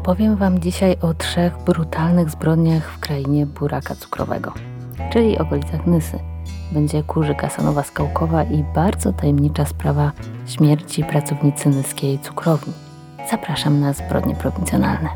Opowiem Wam dzisiaj o 3 brutalnych zbrodniach w krainie buraka cukrowego, czyli okolicach Nysy. Będzie Kurzyk Asanowa Skałkowa i bardzo tajemnicza sprawa śmierci pracownicy nyskiej cukrowni. Zapraszam na zbrodnie prowincjonalne.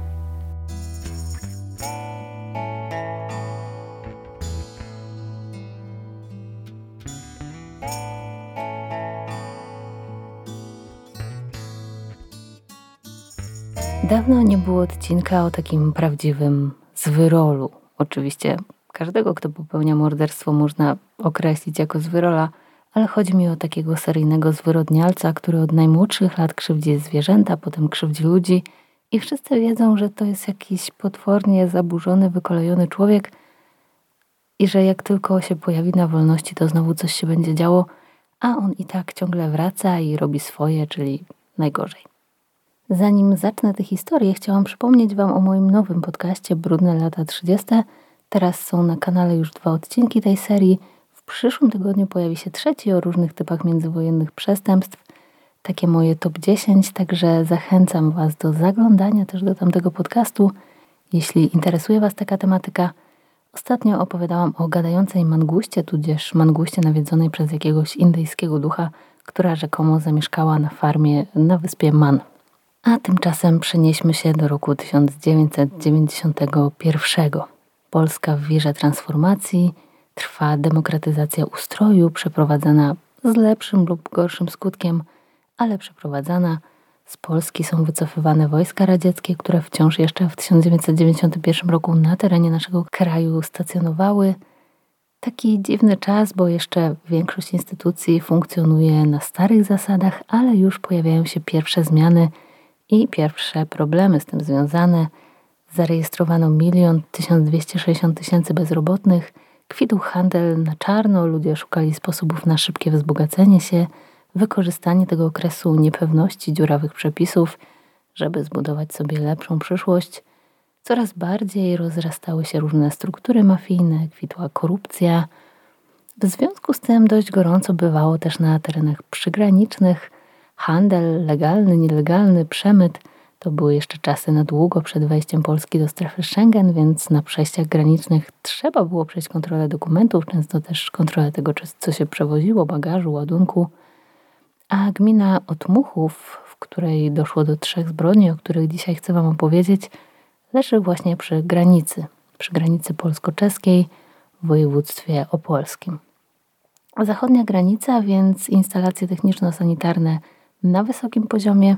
Dawno nie było odcinka o takim prawdziwym zwyrolu. Oczywiście każdego, kto popełnia morderstwo, można określić jako zwyrola, ale chodzi mi o takiego seryjnego zwyrodnialca, który od najmłodszych lat krzywdzi zwierzęta, potem krzywdzi ludzi i wszyscy wiedzą, że to jest jakiś potwornie zaburzony, wykolejony człowiek i że jak tylko się pojawi na wolności, to znowu coś się będzie działo, a on i tak ciągle wraca i robi swoje, czyli najgorzej. Zanim zacznę tę historię, chciałam przypomnieć Wam o moim nowym podcaście Brudne lata 30. Teraz są na kanale już 2 odcinki tej serii. W przyszłym tygodniu pojawi się 3 o różnych typach międzywojennych przestępstw. Takie moje top 10, także zachęcam Was do zaglądania też do tamtego podcastu, jeśli interesuje Was taka tematyka. Ostatnio opowiadałam o gadającej manguście, tudzież manguście nawiedzonej przez jakiegoś indyjskiego ducha, która rzekomo zamieszkała na farmie na wyspie Man. A tymczasem przenieśmy się do roku 1991. Polska w wirze transformacji, trwa demokratyzacja ustroju, przeprowadzana z lepszym lub gorszym skutkiem, ale przeprowadzana. Z Polski są wycofywane wojska radzieckie, które wciąż jeszcze w 1991 roku na terenie naszego kraju stacjonowały. Taki dziwny czas, bo jeszcze większość instytucji funkcjonuje na starych zasadach, ale już pojawiają się pierwsze zmiany i pierwsze problemy z tym związane. Zarejestrowano 1 260 000 bezrobotnych, kwitł handel na czarno, ludzie szukali sposobów na szybkie wzbogacenie się, wykorzystanie tego okresu niepewności, dziurawych przepisów, żeby zbudować sobie lepszą przyszłość. Coraz bardziej rozrastały się różne struktury mafijne, kwitła korupcja. W związku z tym dość gorąco bywało też na terenach przygranicznych. Handel legalny, nielegalny, przemyt to były jeszcze czasy na długo przed wejściem Polski do strefy Schengen, więc na przejściach granicznych trzeba było przejść kontrolę dokumentów, często też kontrolę tego, co się przewoziło, bagażu, ładunku. A gmina Otmuchów, w której doszło do 3 zbrodni, o których dzisiaj chcę Wam opowiedzieć, leży właśnie przy granicy polsko-czeskiej w województwie opolskim. Zachodnia granica, więc instalacje techniczno-sanitarne na wysokim poziomie,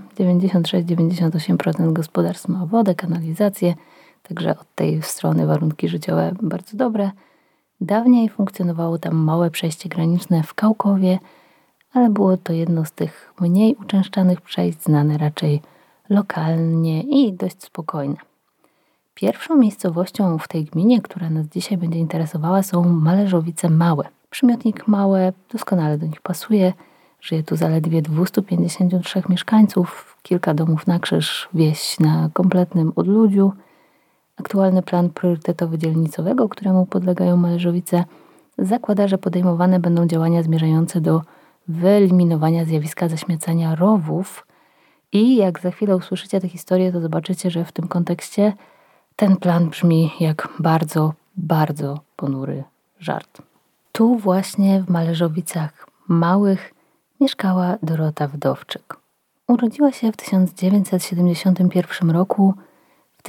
96-98% gospodarstw ma wodę, kanalizację, także od tej strony warunki życiowe bardzo dobre. Dawniej funkcjonowało tam małe przejście graniczne w Kałkowie, ale było to jedno z tych mniej uczęszczanych przejść, znane raczej lokalnie i dość spokojne. Pierwszą miejscowością w tej gminie, która nas dzisiaj będzie interesowała, są Mależowice Małe. Przymiotnik małe doskonale do nich pasuje. Żyje tu zaledwie 253 mieszkańców, kilka domów na krzyż, wieś na kompletnym odludziu. Aktualny plan priorytetowy dzielnicowego, któremu podlegają Mależowice, zakłada, że podejmowane będą działania zmierzające do wyeliminowania zjawiska zaśmiecania rowów. I jak za chwilę usłyszycie tę historię, to zobaczycie, że w tym kontekście ten plan brzmi jak bardzo, bardzo ponury żart. Tu właśnie w Mależowicach Małych mieszkała Dorota Wdowczyk. Urodziła się w 1971 roku. W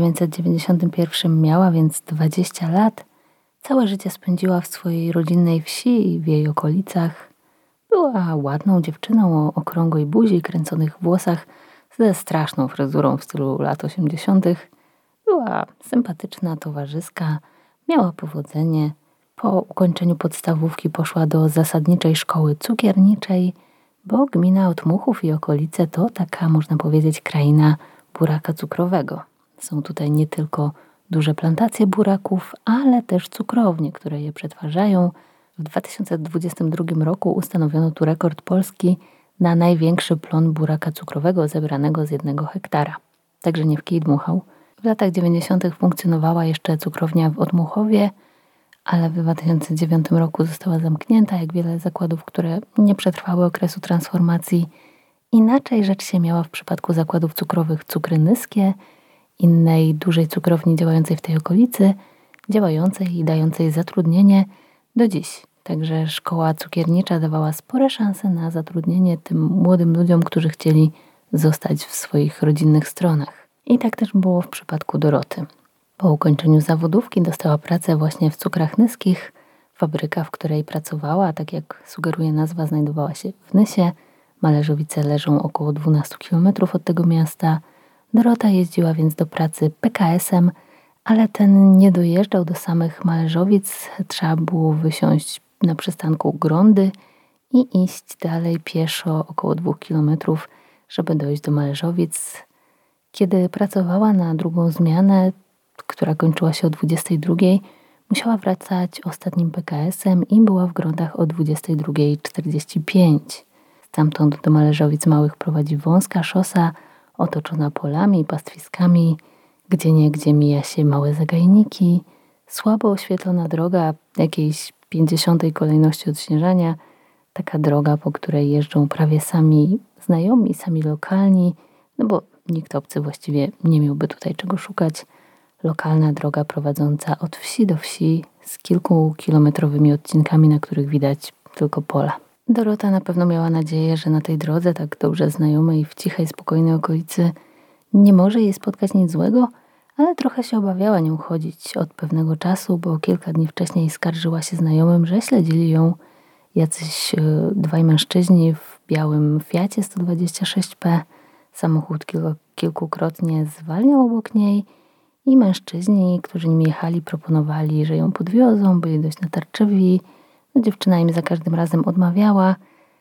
1991 miała więc 20 lat. Całe życie spędziła w swojej rodzinnej wsi i w jej okolicach. Była ładną dziewczyną o okrągłej buzi, kręconych włosach, ze straszną fryzurą w stylu lat 80. Była sympatyczna, towarzyska, miała powodzenie. Po ukończeniu podstawówki poszła do zasadniczej szkoły cukierniczej, bo gmina Otmuchów i okolice to taka, można powiedzieć, kraina buraka cukrowego. Są tutaj nie tylko duże plantacje buraków, ale też cukrownie, które je przetwarzają. W 2022 roku ustanowiono tu rekord Polski na największy plon buraka cukrowego zebranego z 1 hektara. Także nie w kij dmuchał. W latach 90. funkcjonowała jeszcze cukrownia w Otmuchowie, ale w 2009 roku została zamknięta, jak wiele zakładów, które nie przetrwały okresu transformacji. Inaczej rzecz się miała w przypadku zakładów cukrowych Cukry Nyskie innej dużej cukrowni działającej w tej okolicy, działającej i dającej zatrudnienie do dziś. Także szkoła cukiernicza dawała spore szanse na zatrudnienie tym młodym ludziom, którzy chcieli zostać w swoich rodzinnych stronach. I tak też było w przypadku Doroty. Po ukończeniu zawodówki dostała pracę właśnie w Cukrach Nyskich. Fabryka, w której pracowała, tak jak sugeruje nazwa, znajdowała się w Nysie. Mależowice leżą około 12 km od tego miasta. Dorota jeździła więc do pracy PKS-em, ale ten nie dojeżdżał do samych Mależowic. Trzeba było wysiąść na przystanku Grądy i iść dalej pieszo około 2 km, żeby dojść do Mależowic. Kiedy pracowała na drugą zmianę, która kończyła się o 22:00, musiała wracać ostatnim PKS-em i była w Grądach o 22:45. Stamtąd do Mależowic Małych prowadzi wąska szosa otoczona polami i pastwiskami. Gdzieniegdzie mija się małe zagajniki, słabo oświetlona droga jakiejś 50. kolejności odśnieżania. Taka droga, po której jeżdżą prawie sami znajomi, sami lokalni, no bo nikt obcy właściwie nie miałby tutaj czego szukać. Lokalna droga prowadząca od wsi do wsi z kilkukilometrowymi odcinkami, na których widać tylko pola. Dorota na pewno miała nadzieję, że na tej drodze, tak dobrze znajomej w cichej, spokojnej okolicy, nie może jej spotkać nic złego, ale trochę się obawiała nią chodzić od pewnego czasu, bo kilka dni wcześniej skarżyła się znajomym, że śledzili ją jacyś dwaj mężczyźni w białym Fiacie 126P. Samochód kilkukrotnie zwalniał obok niej i mężczyźni, którzy nim jechali, proponowali, że ją podwiozą, byli dość natarczywi. No, dziewczyna im za każdym razem odmawiała,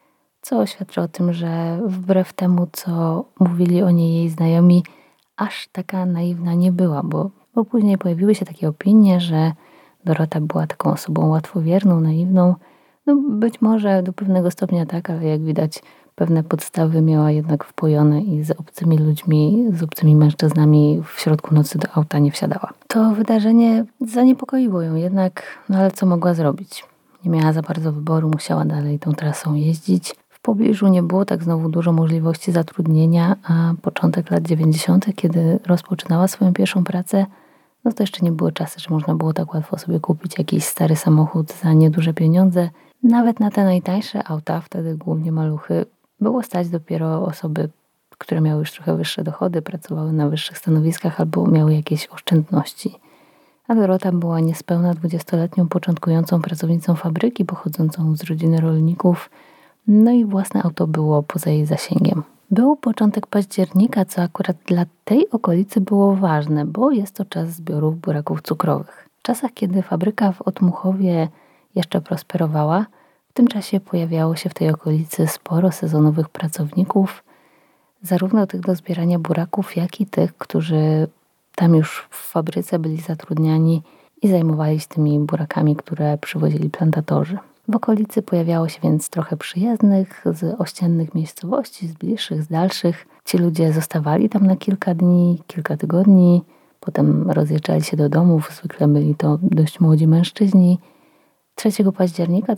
co świadczy o tym, że wbrew temu, co mówili o niej jej znajomi, aż taka naiwna nie była, bo później pojawiły się takie opinie, że Dorota była taką osobą łatwowierną, naiwną. No być może do pewnego stopnia tak, ale jak widać pewne podstawy miała jednak wpojone i z obcymi ludźmi, z obcymi mężczyznami w środku nocy do auta nie wsiadała. To wydarzenie zaniepokoiło ją jednak, no ale co mogła zrobić? Nie miała za bardzo wyboru, musiała dalej tą trasą jeździć. W pobliżu nie było tak znowu dużo możliwości zatrudnienia, a początek lat 90., kiedy rozpoczynała swoją pierwszą pracę, no to jeszcze nie były czasy, że można było tak łatwo sobie kupić jakiś stary samochód za nieduże pieniądze. Nawet na te najtańsze auta, wtedy głównie maluchy, było stać dopiero osoby, które miały już trochę wyższe dochody, pracowały na wyższych stanowiskach albo miały jakieś oszczędności. A Dorota była niespełna 20-letnią początkującą pracownicą fabryki, pochodzącą z rodziny rolników, no i własne auto było poza jej zasięgiem. Był początek października, co akurat dla tej okolicy było ważne, bo jest to czas zbiorów buraków cukrowych. W czasach, kiedy fabryka w Otmuchowie jeszcze prosperowała, w tym czasie pojawiało się w tej okolicy sporo sezonowych pracowników, zarówno tych do zbierania buraków, jak i tych, którzy tam już w fabryce byli zatrudniani i zajmowali się tymi burakami, które przywozili plantatorzy. W okolicy pojawiało się więc trochę przyjezdnych z ościennych miejscowości, z bliższych, z dalszych. Ci ludzie zostawali tam na kilka dni, kilka tygodni, potem rozjeżdżali się do domów, zwykle byli to dość młodzi mężczyźni. 3 października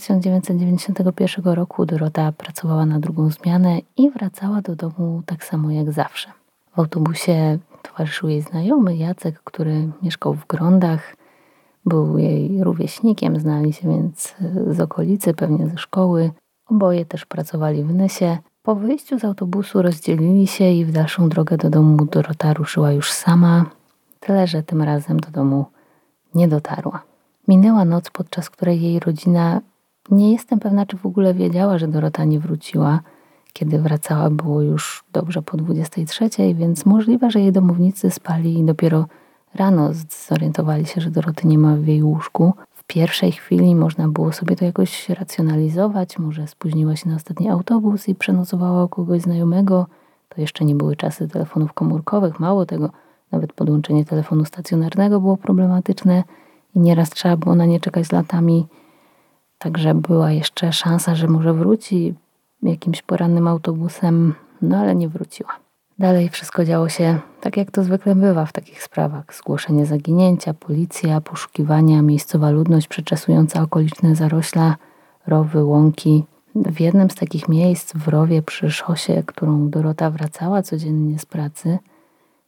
1991 roku Dorota pracowała na drugą zmianę i wracała do domu tak samo jak zawsze. W autobusie towarzyszył jej znajomy Jacek, który mieszkał w Grądach. Był jej rówieśnikiem, znali się więc z okolicy, pewnie ze szkoły. Oboje też pracowali w Nysie. Po wyjściu z autobusu rozdzielili się i w dalszą drogę do domu Dorota ruszyła już sama. Tyle, że tym razem do domu nie dotarła. Minęła noc, podczas której jej rodzina, nie jestem pewna, czy w ogóle wiedziała, że Dorota nie wróciła. Kiedy wracała, było już dobrze po 23:00, więc możliwe, że jej domownicy spali i dopiero rano zorientowali się, że Doroty nie ma w jej łóżku. W pierwszej chwili można było sobie to jakoś racjonalizować. Może spóźniła się na ostatni autobus i przenocowała u kogoś znajomego. To jeszcze nie były czasy telefonów komórkowych. Mało tego, nawet podłączenie telefonu stacjonarnego było problematyczne i nieraz trzeba było na nie czekać latami. Także była jeszcze szansa, że może wróci jakimś porannym autobusem, no ale nie wróciła. Dalej wszystko działo się tak, jak to zwykle bywa w takich sprawach. Zgłoszenie zaginięcia, policja, poszukiwania, miejscowa ludność przeczesująca okoliczne zarośla, rowy, łąki. W jednym z takich miejsc, w rowie przy szosie, którą Dorota wracała codziennie z pracy,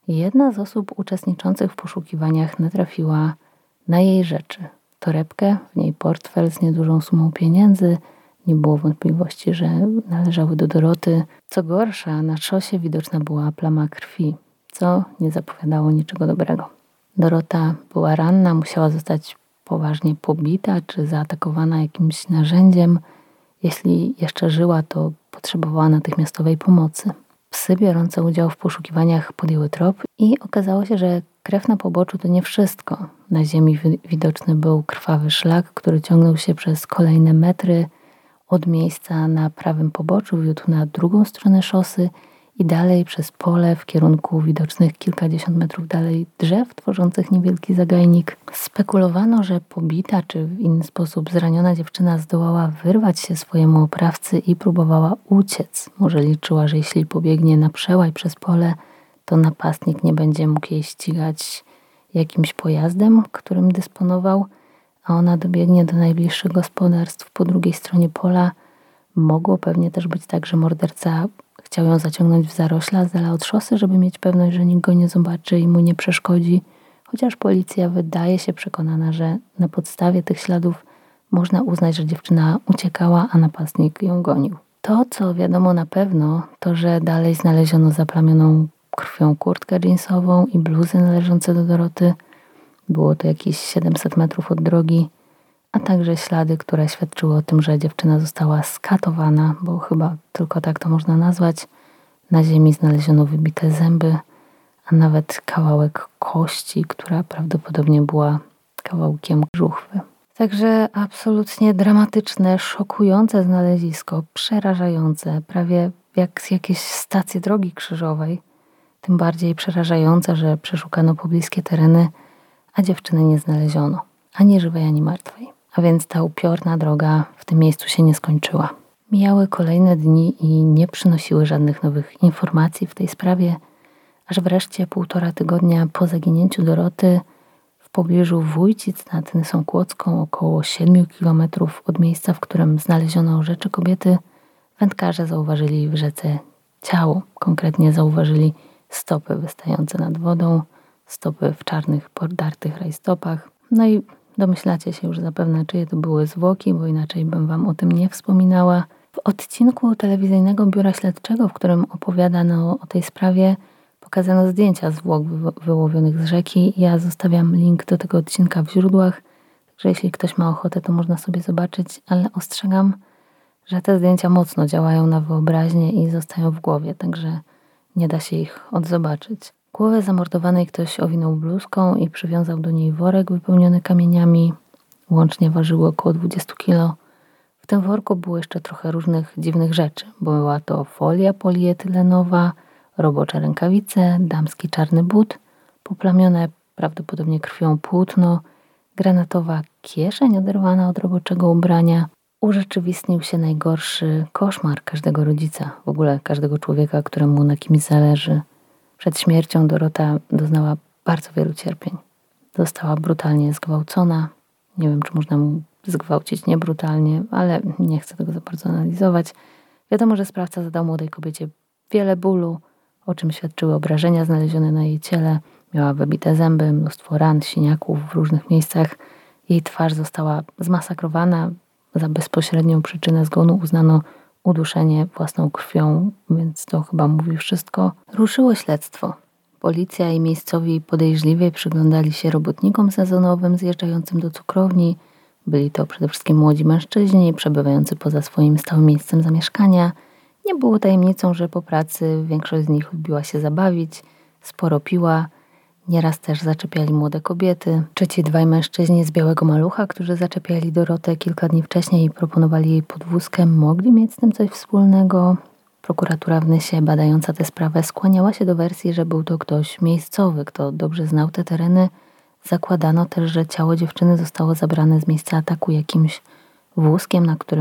Jedna z osób uczestniczących w poszukiwaniach natrafiła na jej rzeczy. Torebkę, w niej portfel z niedużą sumą pieniędzy. Nie było wątpliwości, że należały do Doroty. Co gorsza, na szosie widoczna była plama krwi, co nie zapowiadało niczego dobrego. Dorota była ranna, musiała zostać poważnie pobita czy zaatakowana jakimś narzędziem. Jeśli jeszcze żyła, to potrzebowała natychmiastowej pomocy. Psy biorące udział w poszukiwaniach podjęły trop i okazało się, że krew na poboczu to nie wszystko. Na ziemi widoczny był krwawy szlak, który ciągnął się przez kolejne metry. Od miejsca na prawym poboczu wiódł na drugą stronę szosy i dalej przez pole w kierunku widocznych kilkadziesiąt metrów dalej drzew tworzących niewielki zagajnik. Spekulowano, że pobita czy w inny sposób zraniona dziewczyna zdołała wyrwać się swojemu oprawcy i próbowała uciec. Może liczyła, że jeśli pobiegnie na przełaj przez pole, to napastnik nie będzie mógł jej ścigać jakimś pojazdem, którym dysponował, a ona dobiegnie do najbliższych gospodarstw po drugiej stronie pola. Mogło pewnie też być tak, że morderca chciał ją zaciągnąć w zarośla z dala od szosy, żeby mieć pewność, że nikt go nie zobaczy i mu nie przeszkodzi. Chociaż policja wydaje się przekonana, że na podstawie tych śladów można uznać, że dziewczyna uciekała, a napastnik ją gonił. To, co wiadomo na pewno, to że dalej znaleziono zaplamioną krwią kurtkę jeansową i bluzy należące do Doroty. Było to jakieś 700 metrów od drogi, a także ślady, które świadczyły o tym, że dziewczyna została skatowana, bo chyba tylko tak to można nazwać. Na ziemi znaleziono wybite zęby, a nawet kawałek kości, która prawdopodobnie była kawałkiem żuchwy. Także absolutnie dramatyczne, szokujące znalezisko, przerażające, prawie jak z jakiejś stacji drogi krzyżowej. Tym bardziej przerażające, że przeszukano pobliskie tereny, a dziewczyny nie znaleziono, ani żywej, ani martwej. A więc ta upiorna droga w tym miejscu się nie skończyła. Mijały kolejne dni i nie przynosiły żadnych nowych informacji w tej sprawie, aż wreszcie 1,5 tygodnia po zaginięciu Doroty w pobliżu Wójcic nad Nysą Kłodzką, około 7 kilometrów od miejsca, w którym znaleziono rzeczy kobiety, wędkarze zauważyli w rzece ciało. Konkretnie zauważyli stopy wystające nad wodą, stopy w czarnych, podartych rajstopach. No i domyślacie się już zapewne, czyje to były zwłoki, bo inaczej bym wam o tym nie wspominała. W odcinku telewizyjnego Biura Śledczego, w którym opowiadano o tej sprawie, pokazano zdjęcia zwłok wyłowionych z rzeki. Ja zostawiam link do tego odcinka w źródłach, także jeśli ktoś ma ochotę, to można sobie zobaczyć, ale ostrzegam, że te zdjęcia mocno działają na wyobraźnię i zostają w głowie, także nie da się ich odzobaczyć. Głowę zamordowanej ktoś owinął bluzką i przywiązał do niej worek wypełniony kamieniami. Łącznie ważyły około 20 kilo. W tym worku było jeszcze trochę różnych dziwnych rzeczy. Była to folia polietylenowa, robocze rękawice, damski czarny but, poplamione prawdopodobnie krwią płótno, granatowa kieszeń oderwana od roboczego ubrania. Urzeczywistnił się najgorszy koszmar każdego rodzica, w ogóle każdego człowieka, któremu na kimś zależy. Przed śmiercią Dorota doznała bardzo wielu cierpień. Została brutalnie zgwałcona. Nie wiem, czy można mu zgwałcić niebrutalnie, ale nie chcę tego za bardzo analizować. Wiadomo, że sprawca zadał młodej kobiecie wiele bólu, o czym świadczyły obrażenia znalezione na jej ciele. Miała wybite zęby, mnóstwo ran, siniaków w różnych miejscach. Jej twarz została zmasakrowana. Za bezpośrednią przyczynę zgonu uznano uduszenie własną krwią, więc to chyba mówi wszystko. Ruszyło śledztwo. Policja i miejscowi podejrzliwie przyglądali się robotnikom sezonowym zjeżdżającym do cukrowni. Byli to przede wszystkim młodzi mężczyźni przebywający poza swoim stałym miejscem zamieszkania. Nie było tajemnicą, że po pracy większość z nich lubiła się zabawić, sporo piła. Nieraz też zaczepiali młode kobiety. Czy ci 2 mężczyźni z Białego Malucha, którzy zaczepiali Dorotę kilka dni wcześniej i proponowali jej podwózkę, mogli mieć z tym coś wspólnego? Prokuratura w Nysie, badająca tę sprawę, skłaniała się do wersji, że był to ktoś miejscowy, kto dobrze znał te tereny. Zakładano też, że ciało dziewczyny zostało zabrane z miejsca ataku jakimś wózkiem,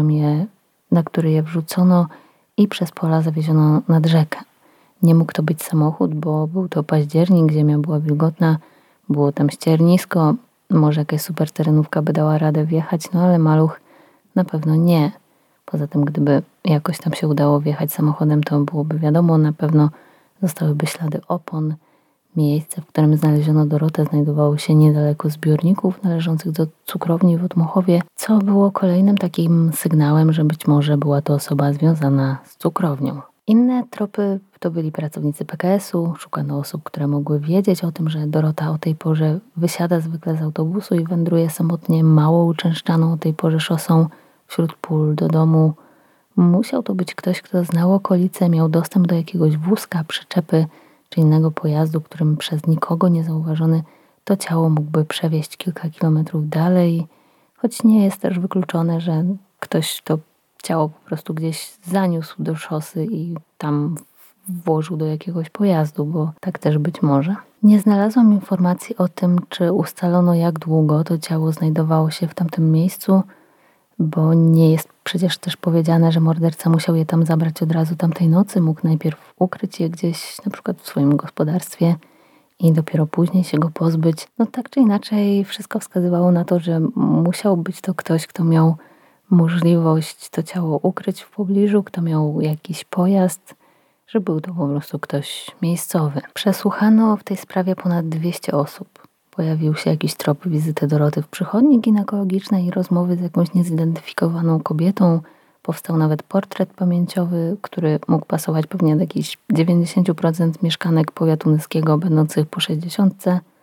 na który je wrzucono i przez pola zawieziono nad rzekę. Nie mógł to być samochód, bo był to październik, ziemia była wilgotna, było tam ściernisko, może jakaś super terenówka by dała radę wjechać, no ale maluch na pewno nie. Poza tym, gdyby jakoś tam się udało wjechać samochodem, to byłoby wiadomo, na pewno zostałyby ślady opon, Miejsce, w którym znaleziono Dorotę, znajdowało się niedaleko zbiorników należących do cukrowni w Otmuchowie, co było kolejnym takim sygnałem, że być może była to osoba związana z cukrownią. Inne tropy to byli pracownicy PKS-u, szukano osób, które mogły wiedzieć o tym, że Dorota o tej porze wysiada zwykle z autobusu i wędruje samotnie mało uczęszczaną o tej porze szosą wśród pól do domu. Musiał to być ktoś, kto znał okolice, miał dostęp do jakiegoś wózka, przyczepy czy innego pojazdu, którym przez nikogo niezauważony to ciało mógłby przewieźć kilka kilometrów dalej, choć nie jest też wykluczone, że ktoś to ciało po prostu gdzieś zaniósł do szosy i tam włożył do jakiegoś pojazdu, bo tak też być może. Nie znalazłam informacji o tym, czy ustalono, jak długo to ciało znajdowało się w tamtym miejscu, bo nie jest przecież też powiedziane, że morderca musiał je tam zabrać od razu tamtej nocy, mógł najpierw ukryć je gdzieś na przykład w swoim gospodarstwie i dopiero później się go pozbyć. No tak czy inaczej wszystko wskazywało na to, że musiał być to ktoś, kto miał możliwość to ciało ukryć w pobliżu, kto miał jakiś pojazd, że był to po prostu ktoś miejscowy. Przesłuchano w tej sprawie ponad 200 osób. Pojawił się jakiś trop wizyty Doroty w przychodni ginekologicznej i rozmowy z jakąś niezidentyfikowaną kobietą. Powstał nawet portret pamięciowy, który mógł pasować pewnie do jakichś 90% mieszkanek powiatu nyskiego będących po 60.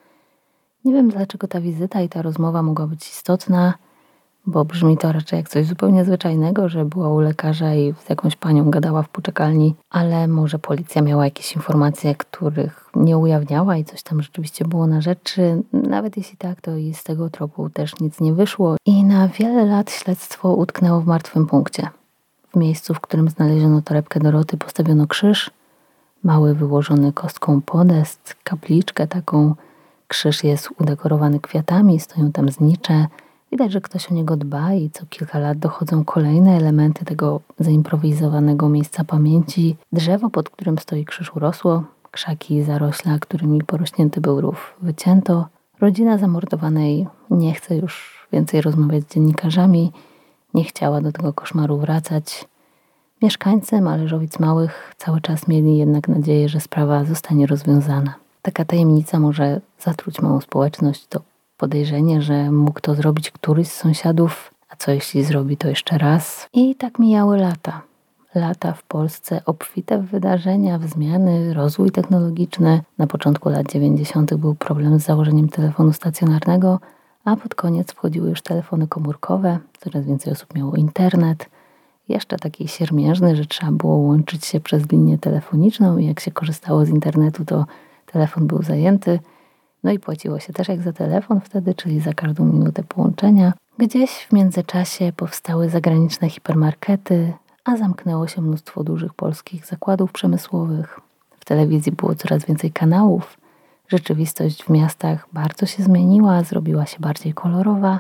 Nie wiem, dlaczego ta wizyta i ta rozmowa mogła być istotna, bo brzmi to raczej jak coś zupełnie zwyczajnego, że była u lekarza i z jakąś panią gadała w poczekalni, ale może policja miała jakieś informacje, których nie ujawniała i coś tam rzeczywiście było na rzeczy. Nawet jeśli tak, to i z tego tropu też nic nie wyszło i na wiele lat śledztwo utknęło w martwym punkcie. W miejscu, w którym znaleziono torebkę Doroty, postawiono krzyż, mały wyłożony kostką podest, kapliczkę taką. Krzyż jest udekorowany kwiatami, stoją tam znicze. Widać, że ktoś o niego dba i co kilka lat dochodzą kolejne elementy tego zaimprowizowanego miejsca pamięci. Drzewo, pod którym stoi krzyż, urosło, krzaki i zarośla, którymi porośnięty był rów, wycięto. Rodzina zamordowanej nie chce już więcej rozmawiać z dziennikarzami, nie chciała do tego koszmaru wracać. Mieszkańcy Malerzowic Małych cały czas mieli jednak nadzieję, że sprawa zostanie rozwiązana. Taka tajemnica może zatruć małą społeczność, to podejrzenie, że mógł to zrobić któryś z sąsiadów, a co jeśli zrobi to jeszcze raz. I tak mijały lata. Lata w Polsce obfite w wydarzenia, w zmiany, rozwój technologiczny. Na początku lat 90. był problem z założeniem telefonu stacjonarnego, a pod koniec wchodziły już telefony komórkowe, coraz więcej osób miało internet. Jeszcze taki siermiężny, że trzeba było łączyć się przez linię telefoniczną i jak się korzystało z internetu, to telefon był zajęty. No i płaciło się też jak za telefon wtedy, czyli za każdą minutę połączenia. Gdzieś w międzyczasie powstały zagraniczne hipermarkety, a zamknęło się mnóstwo dużych polskich zakładów przemysłowych. W telewizji było coraz więcej kanałów. Rzeczywistość w miastach bardzo się zmieniła, zrobiła się bardziej kolorowa.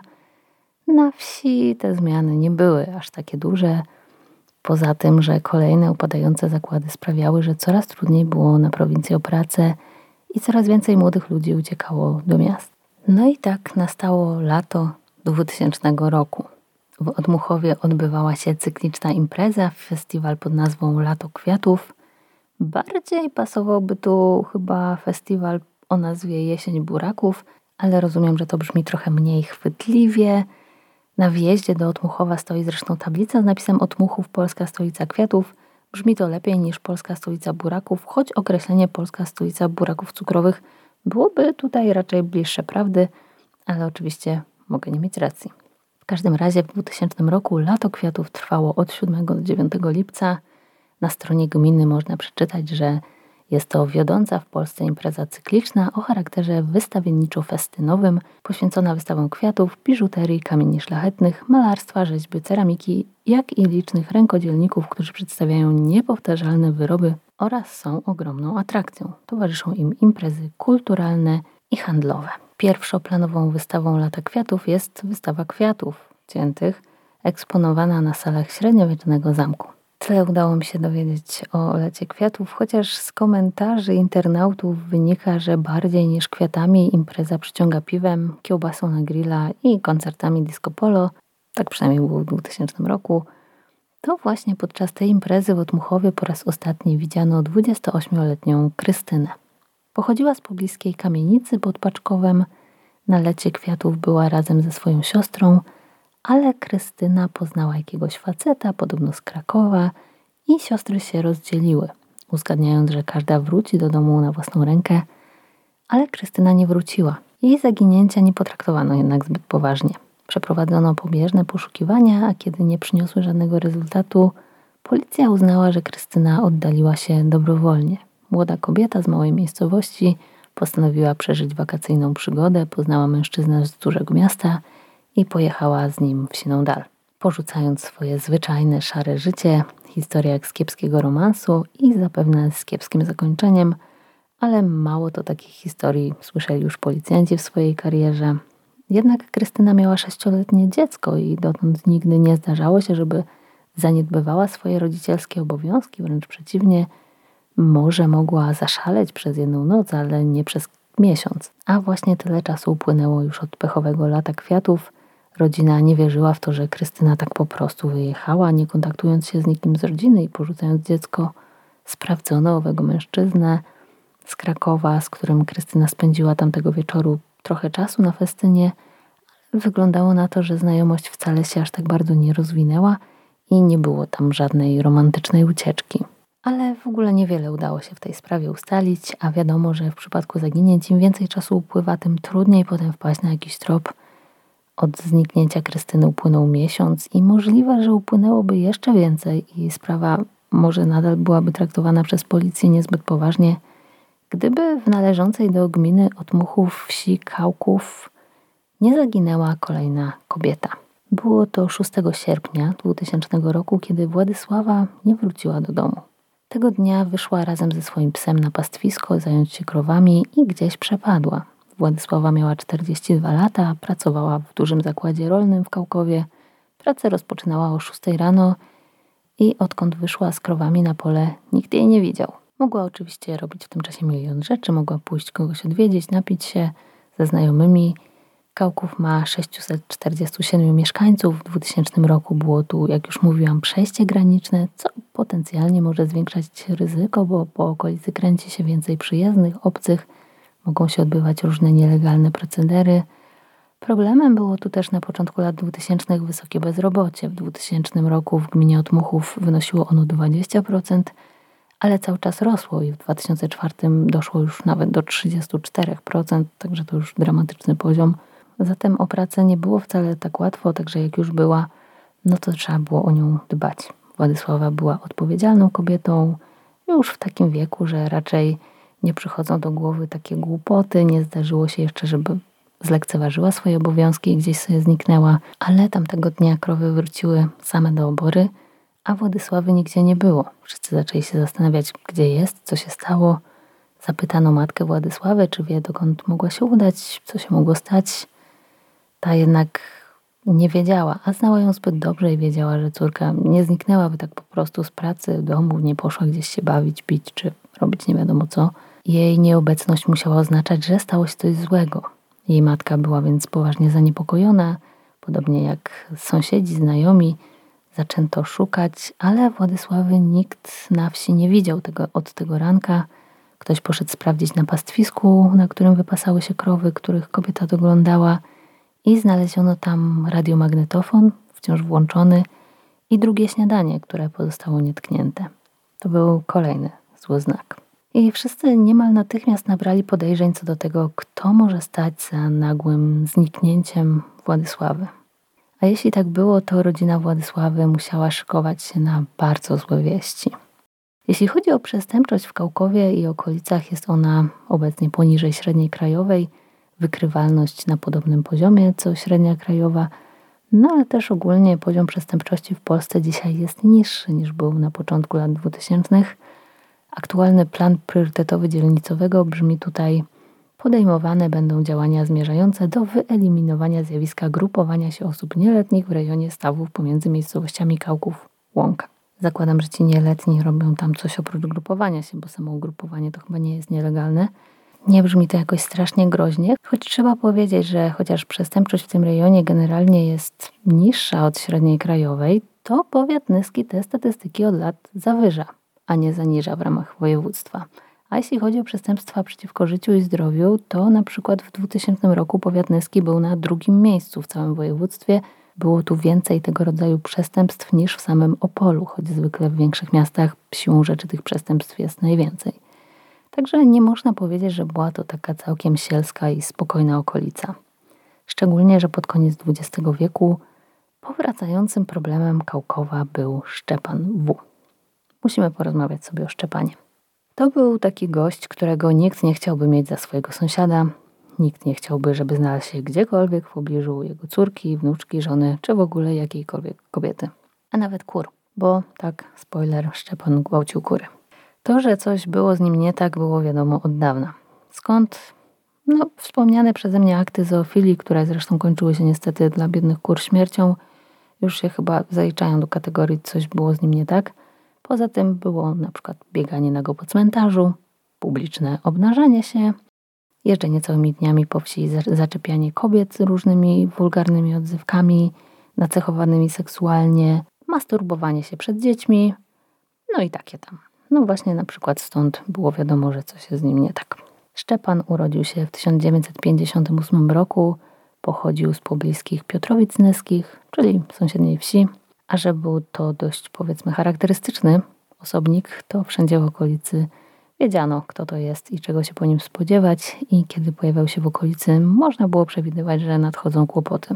Na wsi te zmiany nie były aż takie duże. Poza tym, że kolejne upadające zakłady sprawiały, że coraz trudniej było na prowincji o pracę i coraz więcej młodych ludzi uciekało do miast. No i tak nastało lato 2000 roku. W Otmuchowie odbywała się cykliczna impreza, festiwal pod nazwą Lato Kwiatów. Bardziej pasowałby tu chyba festiwal o nazwie Jesień Buraków, ale rozumiem, że to brzmi trochę mniej chwytliwie. Na wjeździe do Otmuchowa stoi zresztą tablica z napisem Otmuchów, Polska Stolica Kwiatów. Brzmi to lepiej niż Polska Stolica Buraków, choć określenie Polska Stolica Buraków Cukrowych byłoby tutaj raczej bliższe prawdy, ale oczywiście mogę nie mieć racji. W każdym razie w 2000 roku Lato Kwiatów trwało od 7 do 9 lipca. Na stronie gminy można przeczytać, że jest to wiodąca w Polsce impreza cykliczna o charakterze wystawienniczo-festynowym, poświęcona wystawom kwiatów, biżuterii, kamieni szlachetnych, malarstwa, rzeźby, ceramiki, jak i licznych rękodzielników, którzy przedstawiają niepowtarzalne wyroby oraz są ogromną atrakcją. Towarzyszą im imprezy kulturalne i handlowe. Pierwszoplanową wystawą Lata Kwiatów jest wystawa kwiatów ciętych, eksponowana na salach średniowiecznego zamku. Tyle udało mi się dowiedzieć o Lecie Kwiatów, chociaż z komentarzy internautów wynika, że bardziej niż kwiatami impreza przyciąga piwem, kiełbasą na grilla i koncertami disco polo. Tak przynajmniej było w 2000 roku. To właśnie podczas tej imprezy w Otmuchowie po raz ostatni widziano 28-letnią Krystynę. Pochodziła z pobliskiej kamienicy pod Paczkowem. Na lecie kwiatów była razem ze swoją siostrą, ale Krystyna poznała jakiegoś faceta, podobno z Krakowa, i siostry się rozdzieliły, uzgadniając, że każda wróci do domu na własną rękę, ale Krystyna nie wróciła. Jej zaginięcia nie potraktowano jednak zbyt poważnie. Przeprowadzono pobieżne poszukiwania, a kiedy nie przyniosły żadnego rezultatu, policja uznała, że Krystyna oddaliła się dobrowolnie. Młoda kobieta z małej miejscowości postanowiła przeżyć wakacyjną przygodę, poznała mężczyznę z dużego miasta i pojechała z nim w siną dal. Porzucając swoje zwyczajne, szare życie, historia jak z kiepskiego romansu i zapewne z kiepskim zakończeniem, ale mało to takich historii słyszeli już policjanci w swojej karierze. Jednak Krystyna miała 6-letnie dziecko i dotąd nigdy nie zdarzało się, żeby zaniedbywała swoje rodzicielskie obowiązki, wręcz przeciwnie, może mogła zaszaleć przez jedną noc, ale nie przez miesiąc. A właśnie tyle czasu upłynęło już od pechowego lata kwiatów. Rodzina nie wierzyła w to, że Krystyna tak po prostu wyjechała, nie kontaktując się z nikim z rodziny i porzucając dziecko. Sprawdzono owego mężczyznę z Krakowa, z którym Krystyna spędziła tamtego wieczoru trochę czasu na festynie. Wyglądało na to, że znajomość wcale się aż tak bardzo nie rozwinęła i nie było tam żadnej romantycznej ucieczki. Ale w ogóle niewiele udało się w tej sprawie ustalić, a wiadomo, że w przypadku zaginięć im więcej czasu upływa, tym trudniej potem wpaść na jakiś trop. Od zniknięcia Krystyny upłynął miesiąc i możliwe, że upłynęłoby jeszcze więcej i sprawa może nadal byłaby traktowana przez policję niezbyt poważnie, gdyby w należącej do gminy Otmuchów wsi Kałków nie zaginęła kolejna kobieta. Było to 6 sierpnia 2000 roku, kiedy Władysława nie wróciła do domu. Tego dnia wyszła razem ze swoim psem na pastwisko zająć się krowami i gdzieś przepadła. Władysława miała 42 lata, pracowała w dużym zakładzie rolnym w Kałkowie. Pracę rozpoczynała o 6 rano i odkąd wyszła z krowami na pole, nikt jej nie widział. Mogła oczywiście robić w tym czasie milion rzeczy, mogła pójść kogoś odwiedzić, napić się ze znajomymi. Kałków ma 647 mieszkańców. W 2000 roku było tu, jak już mówiłam, przejście graniczne, co potencjalnie może zwiększać ryzyko, bo po okolicy kręci się więcej przyjezdnych, obcych. Mogą się odbywać różne nielegalne procedery. Problemem było tu też na początku lat 2000 wysokie bezrobocie. W 2000 roku w gminie Otmuchów wynosiło ono 20%, ale cały czas rosło i w 2004 doszło już nawet do 34%, także to już dramatyczny poziom. Zatem o pracę nie było wcale tak łatwo, także jak już była, no to trzeba było o nią dbać. Władysława była odpowiedzialną kobietą, już w takim wieku, że raczej nie przychodzą do głowy takie głupoty. Nie zdarzyło się jeszcze, żeby zlekceważyła swoje obowiązki i gdzieś sobie zniknęła, ale tamtego dnia krowy wróciły same do obory, a Władysławy nigdzie nie było. Wszyscy zaczęli się zastanawiać, gdzie jest, co się stało. Zapytano matkę Władysławy, czy wie, dokąd mogła się udać, co się mogło stać. Ta jednak nie wiedziała, a znała ją zbyt dobrze i wiedziała, że córka nie zniknęłaby tak po prostu z pracy, domu, nie poszła gdzieś się bawić, pić czy robić nie wiadomo co. Jej nieobecność musiała oznaczać, że stało się coś złego. Jej matka była więc poważnie zaniepokojona, podobnie jak sąsiedzi, znajomi. Zaczęto szukać, ale Władysławy nikt na wsi nie widział od tego ranka. Ktoś poszedł sprawdzić na pastwisku, na którym wypasały się krowy, których kobieta doglądała, i znaleziono tam radiomagnetofon, wciąż włączony, i drugie śniadanie, które pozostało nietknięte. To był kolejny zły znak. I wszyscy niemal natychmiast nabrali podejrzeń co do tego, kto może stać za nagłym zniknięciem Władysławy. A jeśli tak było, to rodzina Władysławy musiała szykować się na bardzo złe wieści. Jeśli chodzi o przestępczość w Kałkowie i okolicach, jest ona obecnie poniżej średniej krajowej, wykrywalność na podobnym poziomie co średnia krajowa, no ale też ogólnie poziom przestępczości w Polsce dzisiaj jest niższy niż był na początku lat 2000. Aktualny plan priorytetowy dzielnicowego brzmi tutaj: podejmowane będą działania zmierzające do wyeliminowania zjawiska grupowania się osób nieletnich w rejonie stawów pomiędzy miejscowościami Kałków-Łąka. Zakładam, że ci nieletni robią tam coś oprócz grupowania się, bo samo ugrupowanie to chyba nie jest nielegalne. Nie brzmi to jakoś strasznie groźnie, choć trzeba powiedzieć, że chociaż przestępczość w tym rejonie generalnie jest niższa od średniej krajowej, to powiat nyski te statystyki od lat zawyża, a nie zaniża w ramach województwa. A jeśli chodzi o przestępstwa przeciwko życiu i zdrowiu, to na przykład w 2000 roku powiat nyski był na 2. miejscu w całym województwie. Było tu więcej tego rodzaju przestępstw niż w samym Opolu, choć zwykle w większych miastach siłą rzeczy tych przestępstw jest najwięcej. Także nie można powiedzieć, że była to taka całkiem sielska i spokojna okolica. Szczególnie, że pod koniec XX wieku powracającym problemem Kałkowa był Szczepan W. Musimy porozmawiać sobie o Szczepanie. To był taki gość, którego nikt nie chciałby mieć za swojego sąsiada. Nikt nie chciałby, żeby znalazł się gdziekolwiek w pobliżu jego córki, wnuczki, żony, czy w ogóle jakiejkolwiek kobiety. A nawet kur, bo tak, spoiler, Szczepan gwałcił kury. To, że coś było z nim nie tak, było wiadomo od dawna. Skąd? Wspomniane przeze mnie akty zoofilii, które zresztą kończyły się niestety dla biednych kur śmiercią, już się chyba zaliczają do kategorii coś było z nim nie tak. Poza tym było na przykład bieganie nago po cmentarzu, publiczne obnażanie się, jeżdżenie całymi dniami po wsi i zaczepianie kobiet z różnymi wulgarnymi odzywkami, nacechowanymi seksualnie, masturbowanie się przed dziećmi, no i takie tam. No właśnie na przykład stąd było wiadomo, że coś jest z nim nie tak. Szczepan urodził się w 1958 roku, pochodził z pobliskich Piotrowic Nyskich, czyli sąsiedniej wsi, a że był to dość, powiedzmy, charakterystyczny osobnik, to wszędzie w okolicy wiedziano, kto to jest i czego się po nim spodziewać, i kiedy pojawiał się w okolicy, można było przewidywać, że nadchodzą kłopoty.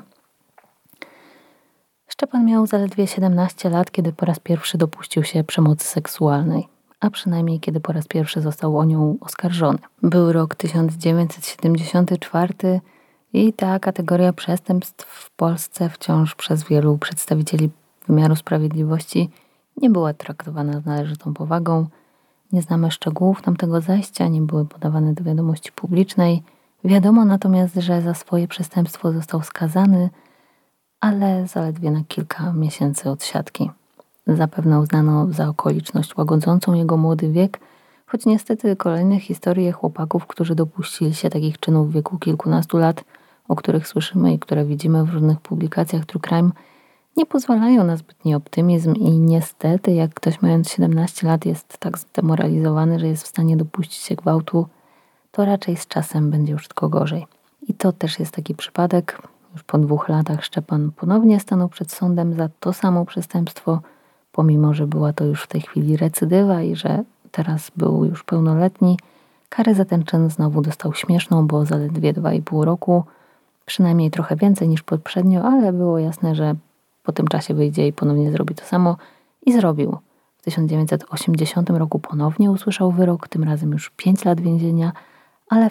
Szczepan miał zaledwie 17 lat, kiedy po raz pierwszy dopuścił się przemocy seksualnej, a przynajmniej kiedy po raz pierwszy został o nią oskarżony. Był rok 1974 i ta kategoria przestępstw w Polsce wciąż przez wielu przedstawicieli wymiaru sprawiedliwości nie była traktowana z należytą powagą. Nie znamy szczegółów tamtego zajścia, nie były podawane do wiadomości publicznej. Wiadomo natomiast, że za swoje przestępstwo został skazany, ale zaledwie na kilka miesięcy od siatki. Zapewne uznano za okoliczność łagodzącą jego młody wiek, choć niestety kolejne historie chłopaków, którzy dopuścili się takich czynów w wieku kilkunastu lat, o których słyszymy i które widzimy w różnych publikacjach True Crime, nie pozwalają na zbytni optymizm i niestety, jak ktoś mając 17 lat jest tak zdemoralizowany, że jest w stanie dopuścić się gwałtu, to raczej z czasem będzie już tylko gorzej. I to też jest taki przypadek. Już po 2 latach Szczepan ponownie stanął przed sądem za to samo przestępstwo, pomimo że była to już w tej chwili recydywa i że teraz był już pełnoletni. Karę za ten czyn znowu dostał śmieszną, bo zaledwie 2,5 roku, przynajmniej trochę więcej niż poprzednio, ale było jasne, że po tym czasie wyjdzie i ponownie zrobi to samo. I zrobił. W 1980 roku ponownie usłyszał wyrok, tym razem już 5 lat więzienia, ale w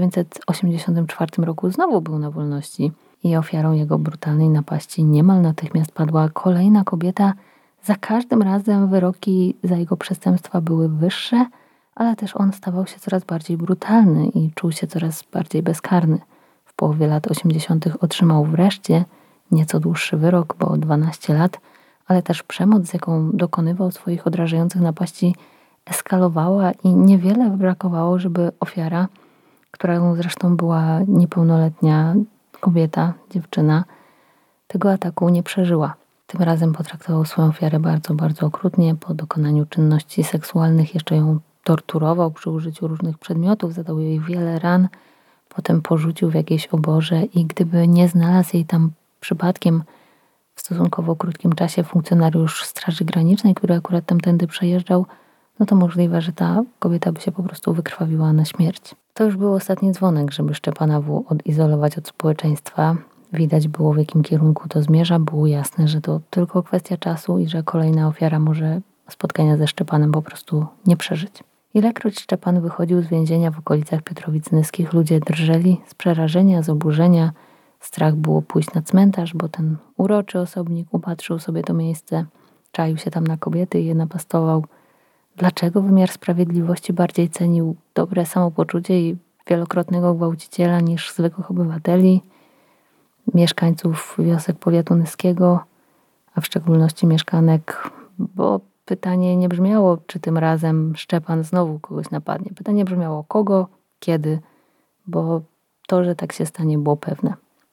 1984 roku znowu był na wolności i ofiarą jego brutalnej napaści niemal natychmiast padła kolejna kobieta. Za każdym razem wyroki za jego przestępstwa były wyższe, ale też on stawał się coraz bardziej brutalny i czuł się coraz bardziej bezkarny. W połowie lat 80. otrzymał wreszcie nieco dłuższy wyrok, bo 12 lat, ale też przemoc, z jaką dokonywał swoich odrażających napaści, eskalowała i niewiele brakowało, żeby ofiara, którą zresztą była niepełnoletnia kobieta, dziewczyna, tego ataku nie przeżyła. Tym razem potraktował swoją ofiarę bardzo, bardzo okrutnie. Po dokonaniu czynności seksualnych jeszcze ją torturował przy użyciu różnych przedmiotów, zadał jej wiele ran, potem porzucił w jakiejś oborze i gdyby nie znalazł jej tam przypadkiem w stosunkowo krótkim czasie funkcjonariusz Straży Granicznej, który akurat tamtędy przejeżdżał, no to możliwe, że ta kobieta by się po prostu wykrwawiła na śmierć. To już był ostatni dzwonek, żeby Szczepana W. odizolować od społeczeństwa. Widać było, w jakim kierunku to zmierza. Było jasne, że to tylko kwestia czasu i że kolejna ofiara może spotkania ze Szczepanem po prostu nie przeżyć. Ilekroć Szczepan wychodził z więzienia w okolicach Piotrowic Nyskich, ludzie drżeli z przerażenia, z oburzenia. Strach było pójść na cmentarz, bo ten uroczy osobnik upatrzył sobie to miejsce, czaił się tam na kobiety i je napastował. Dlaczego wymiar sprawiedliwości bardziej cenił dobre samopoczucie i wielokrotnego gwałciciela niż zwykłych obywateli, mieszkańców wiosek powiatu nyskiego, a w szczególności mieszkanek, bo pytanie nie brzmiało, czy tym razem Szczepan znowu kogoś napadnie. Pytanie brzmiało kogo, kiedy, bo to, że tak się stanie, było pewne.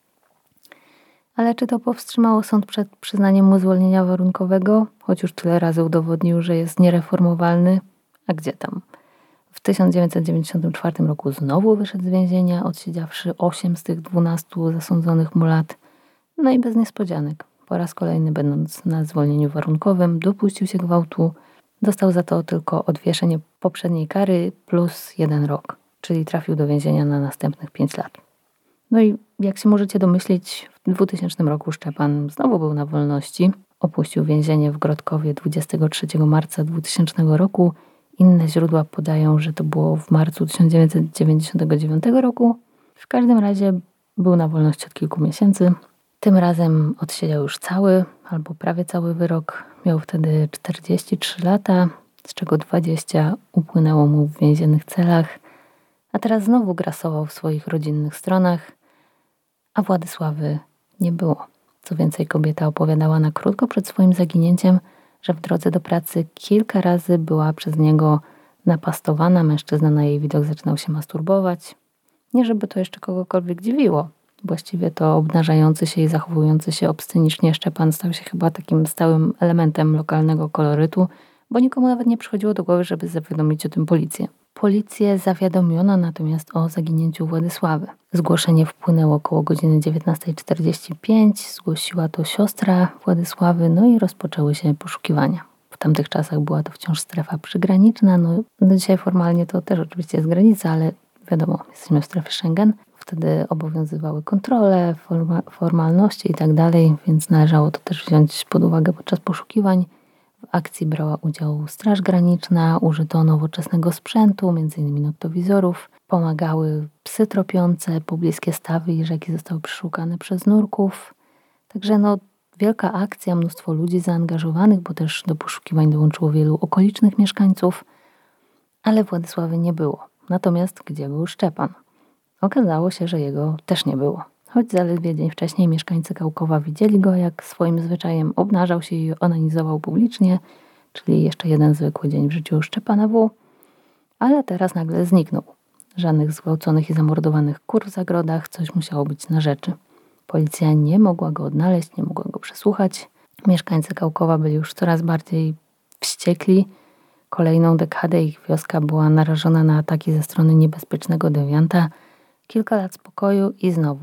Ale czy to powstrzymało sąd przed przyznaniem mu zwolnienia warunkowego, choć już tyle razy udowodnił, że jest niereformowalny? A gdzie tam? W 1994 roku znowu wyszedł z więzienia, odsiedziawszy 8 z tych 12 zasądzonych mu lat. No i bez niespodzianek. Po raz kolejny, będąc na zwolnieniu warunkowym, dopuścił się gwałtu. Dostał za to tylko odwieszenie poprzedniej kary plus 1 rok, czyli trafił do więzienia na następnych 5 lat. No i jak się możecie domyślić, w 2000 roku Szczepan znowu był na wolności. Opuścił więzienie w Grodkowie 23 marca 2000 roku. Inne źródła podają, że to było w marcu 1999 roku. W każdym razie był na wolności od kilku miesięcy. Tym razem odsiedział już cały albo prawie cały wyrok. Miał wtedy 43 lata, z czego 20 upłynęło mu w więziennych celach. A teraz znowu grasował w swoich rodzinnych stronach, a Władysławy nie było. Co więcej, kobieta opowiadała na krótko przed swoim zaginięciem, że w drodze do pracy kilka razy była przez niego napastowana. Mężczyzna na jej widok zaczynał się masturbować. Nie żeby to jeszcze kogokolwiek dziwiło. Właściwie to obnażający się i zachowujący się obscenicznie Szczepan stał się chyba takim stałym elementem lokalnego kolorytu, bo nikomu nawet nie przychodziło do głowy, żeby zawiadomić o tym policję. Policję zawiadomiono natomiast o zaginięciu Władysławy. Zgłoszenie wpłynęło około godziny 19:45. Zgłosiła to siostra Władysławy, no i rozpoczęły się poszukiwania. W tamtych czasach była to wciąż strefa przygraniczna. No dzisiaj formalnie to też oczywiście jest granica, ale wiadomo, jesteśmy w strefie Schengen. Wtedy obowiązywały kontrole, formalności i tak dalej, więc należało to też wziąć pod uwagę podczas poszukiwań. W akcji brała udział Straż Graniczna, użyto nowoczesnego sprzętu, m.in. noktowizorów. Pomagały psy tropiące, pobliskie stawy i rzeki zostały przeszukane przez nurków. Także wielka akcja, mnóstwo ludzi zaangażowanych, bo też do poszukiwań dołączyło wielu okolicznych mieszkańców, ale Władysławy nie było. Natomiast gdzie był Szczepan? Okazało się, że jego też nie było. Choć zaledwie dzień wcześniej mieszkańcy Kałkowa widzieli go, jak swoim zwyczajem obnażał się i onanizował publicznie, czyli jeszcze jeden zwykły dzień w życiu Szczepana W., ale teraz nagle zniknął. Żadnych zgwałconych i zamordowanych kur w zagrodach, coś musiało być na rzeczy. Policja nie mogła go odnaleźć, nie mogła go przesłuchać. Mieszkańcy Kałkowa byli już coraz bardziej wściekli. Kolejną dekadę ich wioska była narażona na ataki ze strony niebezpiecznego dewianta. Kilka lat spokoju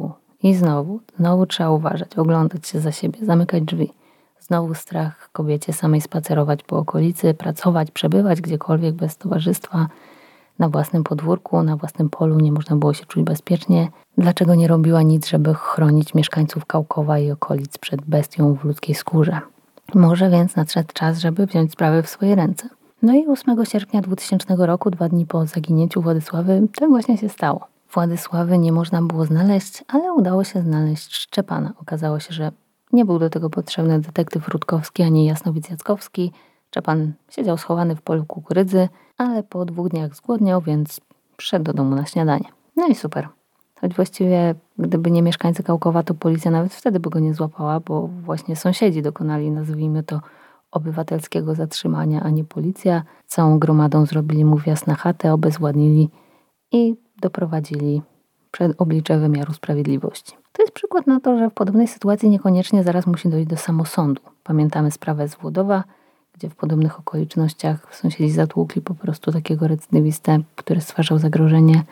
i znowu trzeba uważać, oglądać się za siebie, zamykać drzwi. Znowu strach kobiecie samej spacerować po okolicy, pracować, przebywać gdziekolwiek bez towarzystwa, na własnym podwórku, na własnym polu nie można było się czuć bezpiecznie. Dlaczego nie robiła nic, żeby chronić mieszkańców Kałkowa i okolic przed bestią w ludzkiej skórze? Może więc nadszedł czas, żeby wziąć sprawy w swoje ręce. No i 8 sierpnia 2000 roku, 2 dni po zaginięciu Władysławy, tak właśnie się stało. Władysławy nie można było znaleźć, ale udało się znaleźć Szczepana. Okazało się, że nie był do tego potrzebny detektyw Rutkowski ani Jasnowic-Jackowski. Szczepan siedział schowany w polu kukurydzy, ale po 2 dniach zgłodniał, więc przyszedł do domu na śniadanie. No i super. Choć właściwie, gdyby nie mieszkańcy Kałkowa, to policja nawet wtedy by go nie złapała, bo właśnie sąsiedzi dokonali, nazwijmy to, obywatelskiego zatrzymania, a nie policja. Całą gromadą zrobili mu wjazd na chatę, obezwładnili i doprowadzili przed oblicze wymiaru sprawiedliwości. To jest przykład na to, że w podobnej sytuacji niekoniecznie zaraz musi dojść do samosądu. Pamiętamy sprawę z Włodowa, gdzie w podobnych okolicznościach sąsiedzi zatłukli po prostu takiego recydywistę, który stwarzał zagrożenie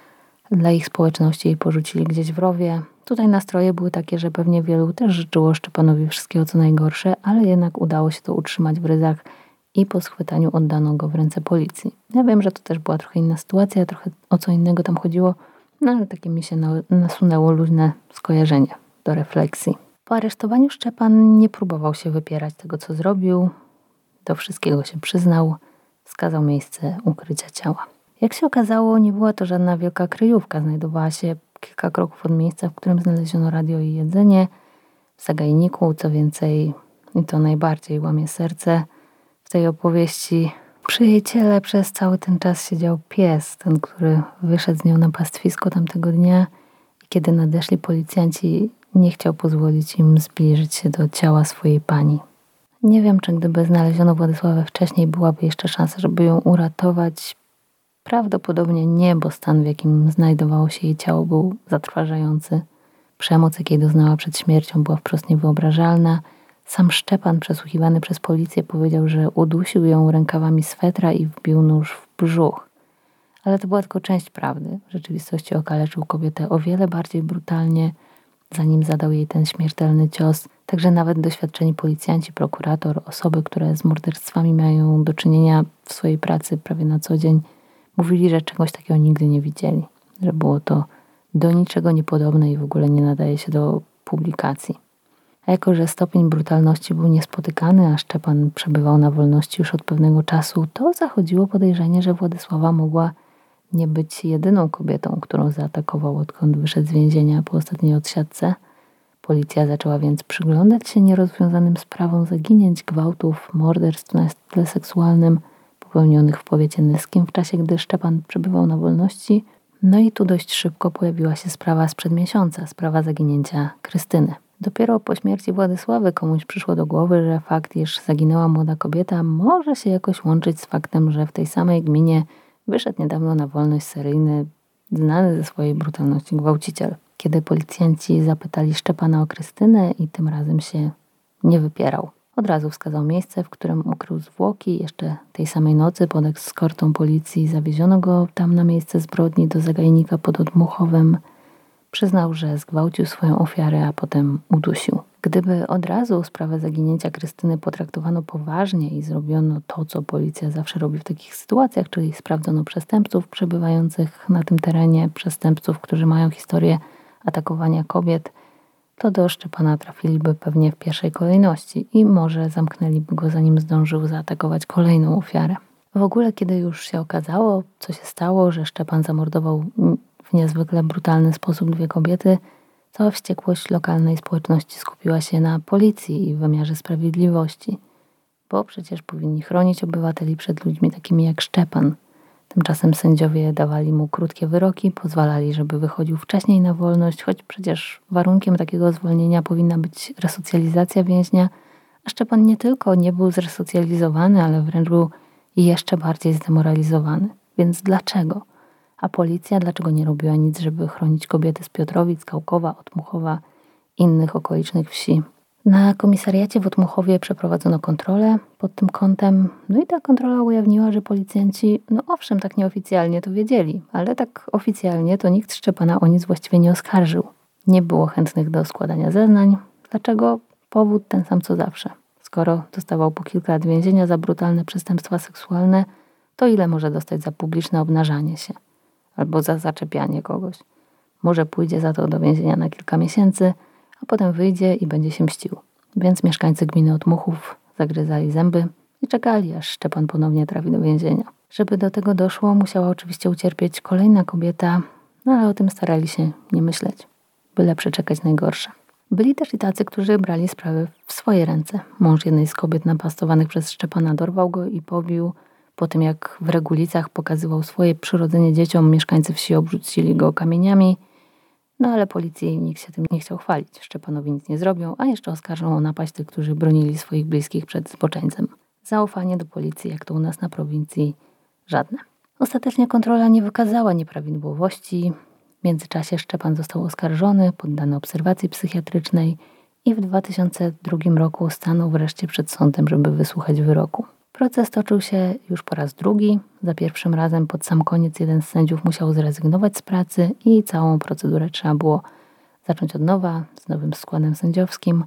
dla ich społeczności i porzucili gdzieś w rowie. Tutaj nastroje były takie, że pewnie wielu też życzyło Szczepanowi wszystkiego co najgorsze, ale jednak udało się to utrzymać w ryzach i po schwytaniu oddano go w ręce policji. Ja wiem, że to też była trochę inna sytuacja, trochę o co innego tam chodziło, no ale takie mi się nasunęło luźne skojarzenie do refleksji. Po aresztowaniu Szczepan nie próbował się wypierać tego, co zrobił. Do wszystkiego się przyznał, wskazał miejsce ukrycia ciała. Jak się okazało, nie była to żadna wielka kryjówka. Znajdowała się kilka kroków od miejsca, w którym znaleziono radio i jedzenie. W zagajniku, co więcej, i to najbardziej łamie serce, w tej opowieści przy jej ciele przez cały ten czas siedział pies, ten, który wyszedł z nią na pastwisko tamtego dnia i kiedy nadeszli policjanci, nie chciał pozwolić im zbliżyć się do ciała swojej pani. Nie wiem, czy gdyby znaleziono Władysławę wcześniej, byłaby jeszcze szansa, żeby ją uratować. Prawdopodobnie nie, bo stan, w jakim znajdowało się jej ciało, był zatrważający. Przemoc, jakiej doznała przed śmiercią, była wprost niewyobrażalna. Sam Szczepan, przesłuchiwany przez policję, powiedział, że udusił ją rękawami swetra i wbił nóż w brzuch. Ale to była tylko część prawdy. W rzeczywistości okaleczył kobietę o wiele bardziej brutalnie, zanim zadał jej ten śmiertelny cios. Także nawet doświadczeni policjanci, prokurator, osoby, które z morderstwami mają do czynienia w swojej pracy prawie na co dzień, mówili, że czegoś takiego nigdy nie widzieli. Że było to do niczego niepodobne i w ogóle nie nadaje się do publikacji. A jako że stopień brutalności był niespotykany, a Szczepan przebywał na wolności już od pewnego czasu, to zachodziło podejrzenie, że Władysława mogła nie być jedyną kobietą, którą zaatakował, odkąd wyszedł z więzienia po ostatniej odsiadce. Policja zaczęła więc przyglądać się nierozwiązanym sprawom zaginięć, gwałtów, morderstw na tle seksualnym popełnionych w powiecie nyskim w czasie, gdy Szczepan przebywał na wolności. No i tu dość szybko pojawiła się sprawa sprzed miesiąca, sprawa zaginięcia Krystyny. Dopiero po śmierci Władysławy komuś przyszło do głowy, że fakt, iż zaginęła młoda kobieta, może się jakoś łączyć z faktem, że w tej samej gminie wyszedł niedawno na wolność seryjny, znany ze swojej brutalności gwałciciel. Kiedy policjanci zapytali Szczepana o Krystynę i tym razem się nie wypierał. Od razu wskazał miejsce, w którym ukrył zwłoki. Jeszcze tej samej nocy pod eskortą policji zawieziono go tam na miejsce zbrodni do zagajnika pod Otmuchowem. Przyznał, że zgwałcił swoją ofiarę, a potem udusił. Gdyby od razu sprawę zaginięcia Krystyny potraktowano poważnie i zrobiono to, co policja zawsze robi w takich sytuacjach, czyli sprawdzono przestępców przebywających na tym terenie, przestępców, którzy mają historię atakowania kobiet, to do Szczepana trafiliby pewnie w pierwszej kolejności i może zamknęliby go, zanim zdążył zaatakować kolejną ofiarę. W ogóle, kiedy już się okazało, co się stało, że Szczepan zamordował w niezwykle brutalny sposób dwie kobiety, cała wściekłość lokalnej społeczności skupiła się na policji i wymiarze sprawiedliwości, bo przecież powinni chronić obywateli przed ludźmi takimi jak Szczepan. Tymczasem sędziowie dawali mu krótkie wyroki, pozwalali, żeby wychodził wcześniej na wolność, choć przecież warunkiem takiego zwolnienia powinna być resocjalizacja więźnia, a Szczepan nie tylko nie był zresocjalizowany, ale wręcz był jeszcze bardziej zdemoralizowany. Więc dlaczego? A policja dlaczego nie robiła nic, żeby chronić kobiety z Piotrowic, Kałkowa, Otmuchowa, innych okolicznych wsi? Na komisariacie w Otmuchowie przeprowadzono kontrolę pod tym kątem, no i ta kontrola ujawniła, że policjanci, no owszem, tak nieoficjalnie to wiedzieli, ale tak oficjalnie to nikt Szczepana o nic właściwie nie oskarżył. Nie było chętnych do składania zeznań. Dlaczego? Powód ten sam co zawsze. Skoro dostawał po kilka lat więzienia za brutalne przestępstwa seksualne, to ile może dostać za publiczne obnażanie się? Albo za zaczepianie kogoś. Może pójdzie za to do więzienia na kilka miesięcy, a potem wyjdzie i będzie się mścił. Więc mieszkańcy gminy Otmuchów zagryzali zęby i czekali, aż Szczepan ponownie trafi do więzienia. Żeby do tego doszło, musiała oczywiście ucierpieć kolejna kobieta, no ale o tym starali się nie myśleć, byle przeczekać najgorsze. Byli też i tacy, którzy brali sprawy w swoje ręce. Mąż jednej z kobiet napastowanych przez Szczepana dorwał go i pobił. Po tym jak w Regulicach pokazywał swoje przyrodzenie dzieciom, mieszkańcy wsi obrzucili go kamieniami. No ale policji nikt się tym nie chciał chwalić. Szczepanowi nic nie zrobią, a jeszcze oskarżą o napaść tych, którzy bronili swoich bliskich przed zboczeńcem. Zaufanie do policji, jak to u nas na prowincji, żadne. Ostatecznie kontrola nie wykazała nieprawidłowości. W międzyczasie Szczepan został oskarżony, poddany obserwacji psychiatrycznej i w 2002 roku stanął wreszcie przed sądem, żeby wysłuchać wyroku. Proces toczył się już po raz drugi. Za pierwszym razem pod sam koniec jeden z sędziów musiał zrezygnować z pracy i całą procedurę trzeba było zacząć od nowa, z nowym składem sędziowskim.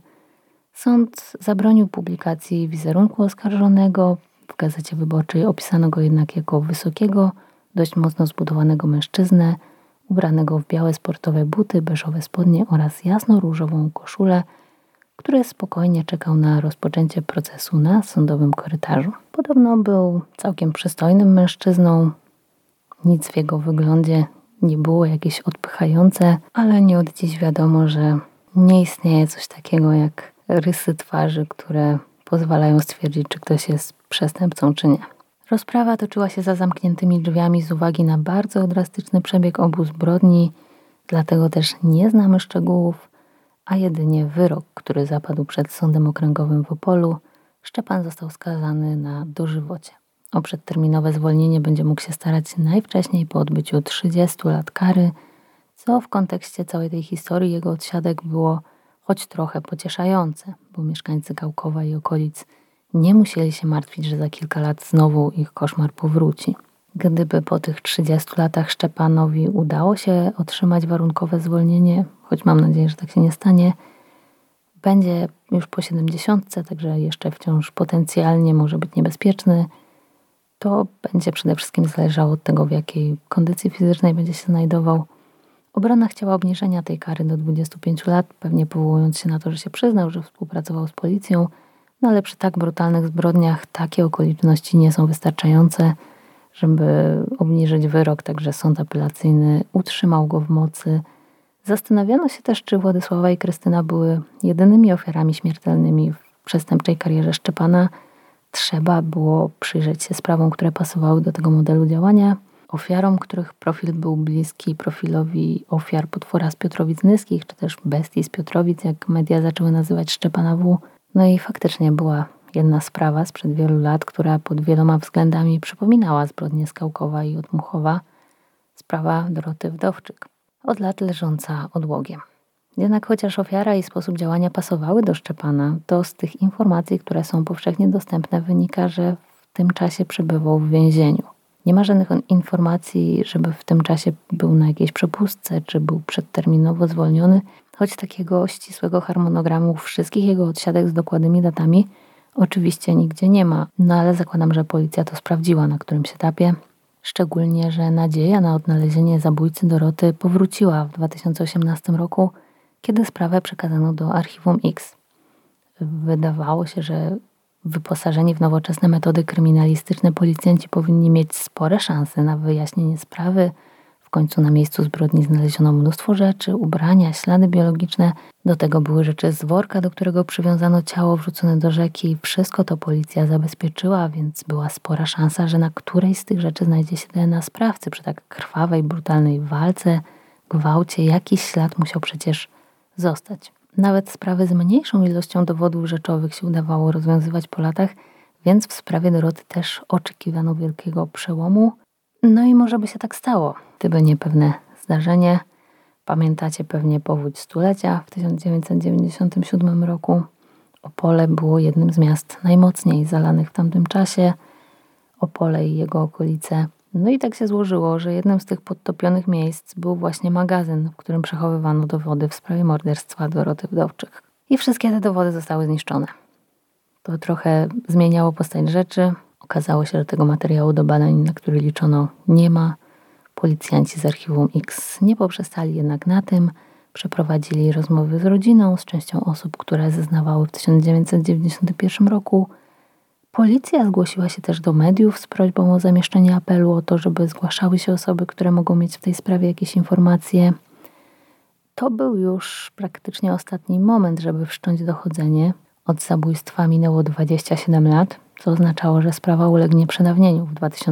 Sąd zabronił publikacji wizerunku oskarżonego. W Gazecie Wyborczej opisano go jednak jako wysokiego, dość mocno zbudowanego mężczyznę, ubranego w białe sportowe buty, beżowe spodnie oraz jasno-różową koszulę, który spokojnie czekał na rozpoczęcie procesu na sądowym korytarzu. Podobno był całkiem przystojnym mężczyzną. Nic w jego wyglądzie nie było jakieś odpychające, ale nie od dziś wiadomo, że nie istnieje coś takiego jak rysy twarzy, które pozwalają stwierdzić, czy ktoś jest przestępcą, czy nie. Rozprawa toczyła się za zamkniętymi drzwiami z uwagi na bardzo drastyczny przebieg obu zbrodni, dlatego też nie znamy szczegółów, a jedynie wyrok, który zapadł przed Sądem Okręgowym w Opolu. Szczepan został skazany na dożywocie. O przedterminowe zwolnienie będzie mógł się starać najwcześniej po odbyciu 30 lat kary, co w kontekście całej tej historii jego odsiadek było choć trochę pocieszające, bo mieszkańcy Kałkowa i okolic nie musieli się martwić, że za kilka lat znowu ich koszmar powróci. Gdyby po tych 30 latach Szczepanowi udało się otrzymać warunkowe zwolnienie, choć mam nadzieję, że tak się nie stanie, będzie już po 70, także jeszcze wciąż potencjalnie może być niebezpieczny. To będzie przede wszystkim zależało od tego, w jakiej kondycji fizycznej będzie się znajdował. Obrona chciała obniżenia tej kary do 25 lat, pewnie powołując się na to, że się przyznał, że współpracował z policją, no ale przy tak brutalnych zbrodniach takie okoliczności nie są wystarczające, żeby obniżyć wyrok, także sąd apelacyjny utrzymał go w mocy. Zastanawiano się też, czy Władysława i Krystyna były jedynymi ofiarami śmiertelnymi w przestępczej karierze Szczepana. Trzeba było przyjrzeć się sprawom, które pasowały do tego modelu działania. Ofiarom, których profil był bliski profilowi ofiar potwora z Piotrowic Nyskich, czy też bestii z Piotrowic, jak media zaczęły nazywać Szczepana W. No i faktycznie była jedna sprawa sprzed wielu lat, która pod wieloma względami przypominała zbrodnie Skałkowa i Otmuchowa. Sprawa Doroty Wdowczyk, od lat leżąca odłogiem. Jednak chociaż ofiara i sposób działania pasowały do Szczepana, to z tych informacji, które są powszechnie dostępne, wynika, że w tym czasie przebywał w więzieniu. Nie ma żadnych informacji, żeby w tym czasie był na jakiejś przepustce, czy był przedterminowo zwolniony, choć takiego ścisłego harmonogramu wszystkich jego odsiadek z dokładnymi datami oczywiście nigdzie nie ma. No ale zakładam, że policja to sprawdziła na którymś etapie. Szczególnie, że nadzieja na odnalezienie zabójcy Doroty powróciła w 2018 roku, kiedy sprawę przekazano do Archiwum X. Wydawało się, że wyposażeni w nowoczesne metody kryminalistyczne policjanci powinni mieć spore szanse na wyjaśnienie sprawy. W końcu na miejscu zbrodni znaleziono mnóstwo rzeczy, ubrania, ślady biologiczne. Do tego były rzeczy z worka, do którego przywiązano ciało wrzucone do rzeki. Wszystko to policja zabezpieczyła, więc była spora szansa, że na którejś z tych rzeczy znajdzie się DNA sprawcy. Przy tak krwawej, brutalnej walce, gwałcie jakiś ślad musiał przecież zostać. Nawet sprawy z mniejszą ilością dowodów rzeczowych się udawało rozwiązywać po latach, więc w sprawie Doroty też oczekiwano wielkiego przełomu. No i może by się tak stało, gdyby nie pewne zdarzenie. Pamiętacie pewnie powódź stulecia w 1997 roku. Opole było jednym z miast najmocniej zalanych w tamtym czasie. Opole i jego okolice. No i tak się złożyło, że jednym z tych podtopionych miejsc był właśnie magazyn, w którym przechowywano dowody w sprawie morderstwa Doroty Wdowczyk. I wszystkie te dowody zostały zniszczone. To trochę zmieniało postać rzeczy. Okazało się, że tego materiału do badań, na który liczono, nie ma. Policjanci z Archiwum X nie poprzestali jednak na tym. Przeprowadzili rozmowy z rodziną, z częścią osób, które zeznawały w 1991 roku. Policja zgłosiła się też do mediów z prośbą o zamieszczenie apelu o to, żeby zgłaszały się osoby, które mogą mieć w tej sprawie jakieś informacje. To był już praktycznie ostatni moment, żeby wszcząć dochodzenie. Od zabójstwa minęło 27 lat, co oznaczało, że sprawa ulegnie przedawnieniu w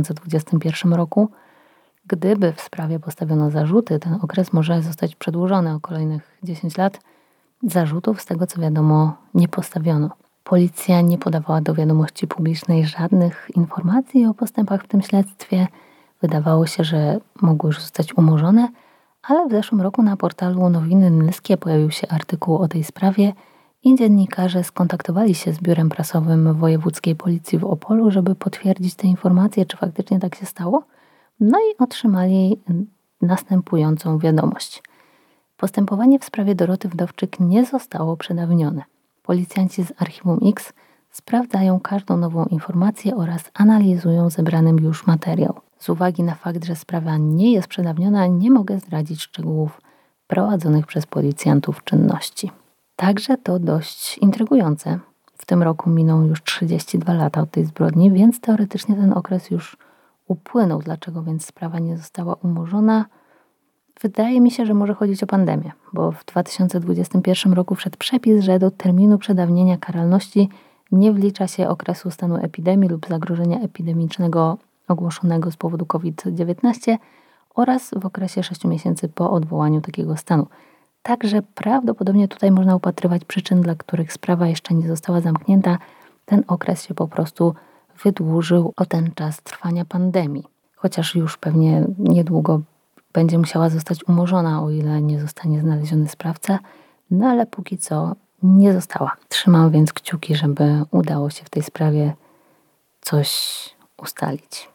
2021 roku. Gdyby w sprawie postawiono zarzuty, ten okres może zostać przedłużony o kolejnych 10 lat. Zarzutów, z tego co wiadomo, nie postawiono. Policja nie podawała do wiadomości publicznej żadnych informacji o postępach w tym śledztwie. Wydawało się, że mogły już zostać umorzone, ale w zeszłym roku na portalu Nowiny Nyskie pojawił się artykuł o tej sprawie i dziennikarze skontaktowali się z biurem prasowym Wojewódzkiej Policji w Opolu, żeby potwierdzić te informacje, czy faktycznie tak się stało. No i otrzymali następującą wiadomość. Postępowanie w sprawie Doroty Wdowczyk nie zostało przedawnione. Policjanci z Archiwum X sprawdzają każdą nową informację oraz analizują zebrany już materiał. Z uwagi na fakt, że sprawa nie jest przedawniona, nie mogę zdradzić szczegółów prowadzonych przez policjantów czynności. Także to dość intrygujące. W tym roku miną już 32 lata od tej zbrodni, więc teoretycznie ten okres już upłynął. Dlaczego więc sprawa nie została umorzona? Wydaje mi się, że może chodzić o pandemię, bo w 2021 roku wszedł przepis, że do terminu przedawnienia karalności nie wlicza się okresu stanu epidemii lub zagrożenia epidemicznego ogłoszonego z powodu COVID-19 oraz w okresie 6 miesięcy po odwołaniu takiego stanu. Także prawdopodobnie tutaj można upatrywać przyczyn, dla których sprawa jeszcze nie została zamknięta. Ten okres się po prostu wydłużył o ten czas trwania pandemii. Chociaż już pewnie niedługo będzie musiała zostać umorzona, o ile nie zostanie znaleziony sprawca, no ale póki co nie została. Trzymam więc kciuki, żeby udało się w tej sprawie coś ustalić.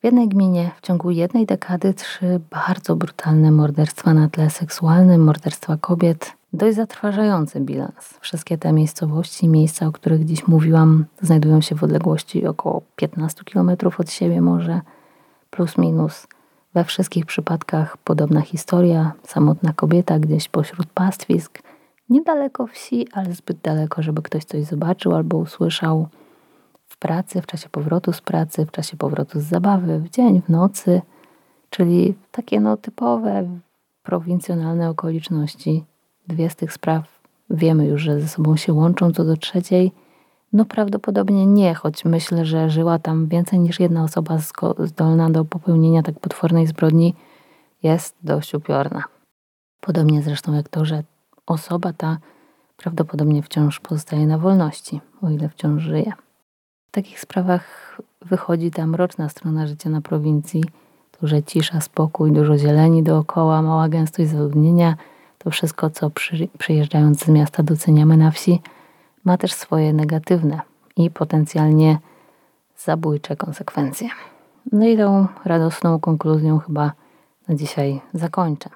jednej gminie w ciągu jednej dekady 3 bardzo brutalne morderstwa na tle seksualnym, morderstwa kobiet. Dość zatrważający bilans. Wszystkie te miejscowości, miejsca, o których dziś mówiłam, znajdują się w odległości około 15 km od siebie może, plus minus. We wszystkich przypadkach podobna historia, samotna kobieta gdzieś pośród pastwisk, niedaleko wsi, ale zbyt daleko, żeby ktoś coś zobaczył albo usłyszał. W pracy, w czasie powrotu z pracy, w czasie powrotu z zabawy, w dzień, w nocy, czyli takie typowe, prowincjonalne okoliczności. 2 z tych spraw wiemy już, że ze sobą się łączą, co do trzeciej prawdopodobnie nie, choć myślę, że żyła tam więcej niż jedna osoba zdolna do popełnienia tak potwornej zbrodni, jest dość upiorna. Podobnie zresztą jak to, że osoba ta prawdopodobnie wciąż pozostaje na wolności, o ile wciąż żyje. W takich sprawach wychodzi ta mroczna strona życia na prowincji, tu, że cisza, spokój, dużo zieleni dookoła, mała gęstość zaludnienia, to wszystko, co przyjeżdżając z miasta doceniamy na wsi, ma też swoje negatywne i potencjalnie zabójcze konsekwencje. No i tą radosną konkluzją chyba na dzisiaj zakończę.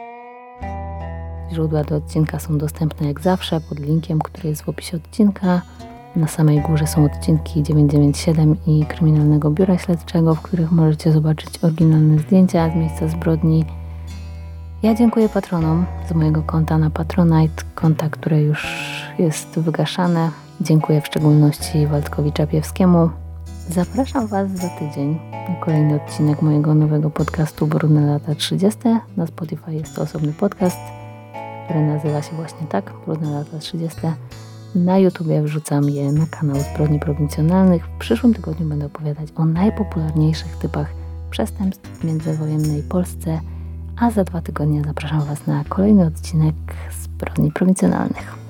Źródła do odcinka są dostępne jak zawsze pod linkiem, który jest w opisie odcinka. Na samej górze są odcinki 997 i Kryminalnego Biura Śledczego, w których możecie zobaczyć oryginalne zdjęcia z miejsca zbrodni. Ja dziękuję patronom z mojego konta na Patronite, konta, które już jest wygaszane. Dziękuję w szczególności Waldkowi Czapiewskiemu. Zapraszam Was za tydzień na kolejny odcinek mojego nowego podcastu Brudne lata 30. Na Spotify jest to osobny podcast, który nazywa się właśnie tak, Brudne lata 30. Na YouTubie wrzucam je na kanał Zbrodni Prowincjonalnych. W przyszłym tygodniu będę opowiadać o najpopularniejszych typach przestępstw w międzywojennej Polsce, a za 2 tygodnie zapraszam Was na kolejny odcinek Zbrodni Prowincjonalnych.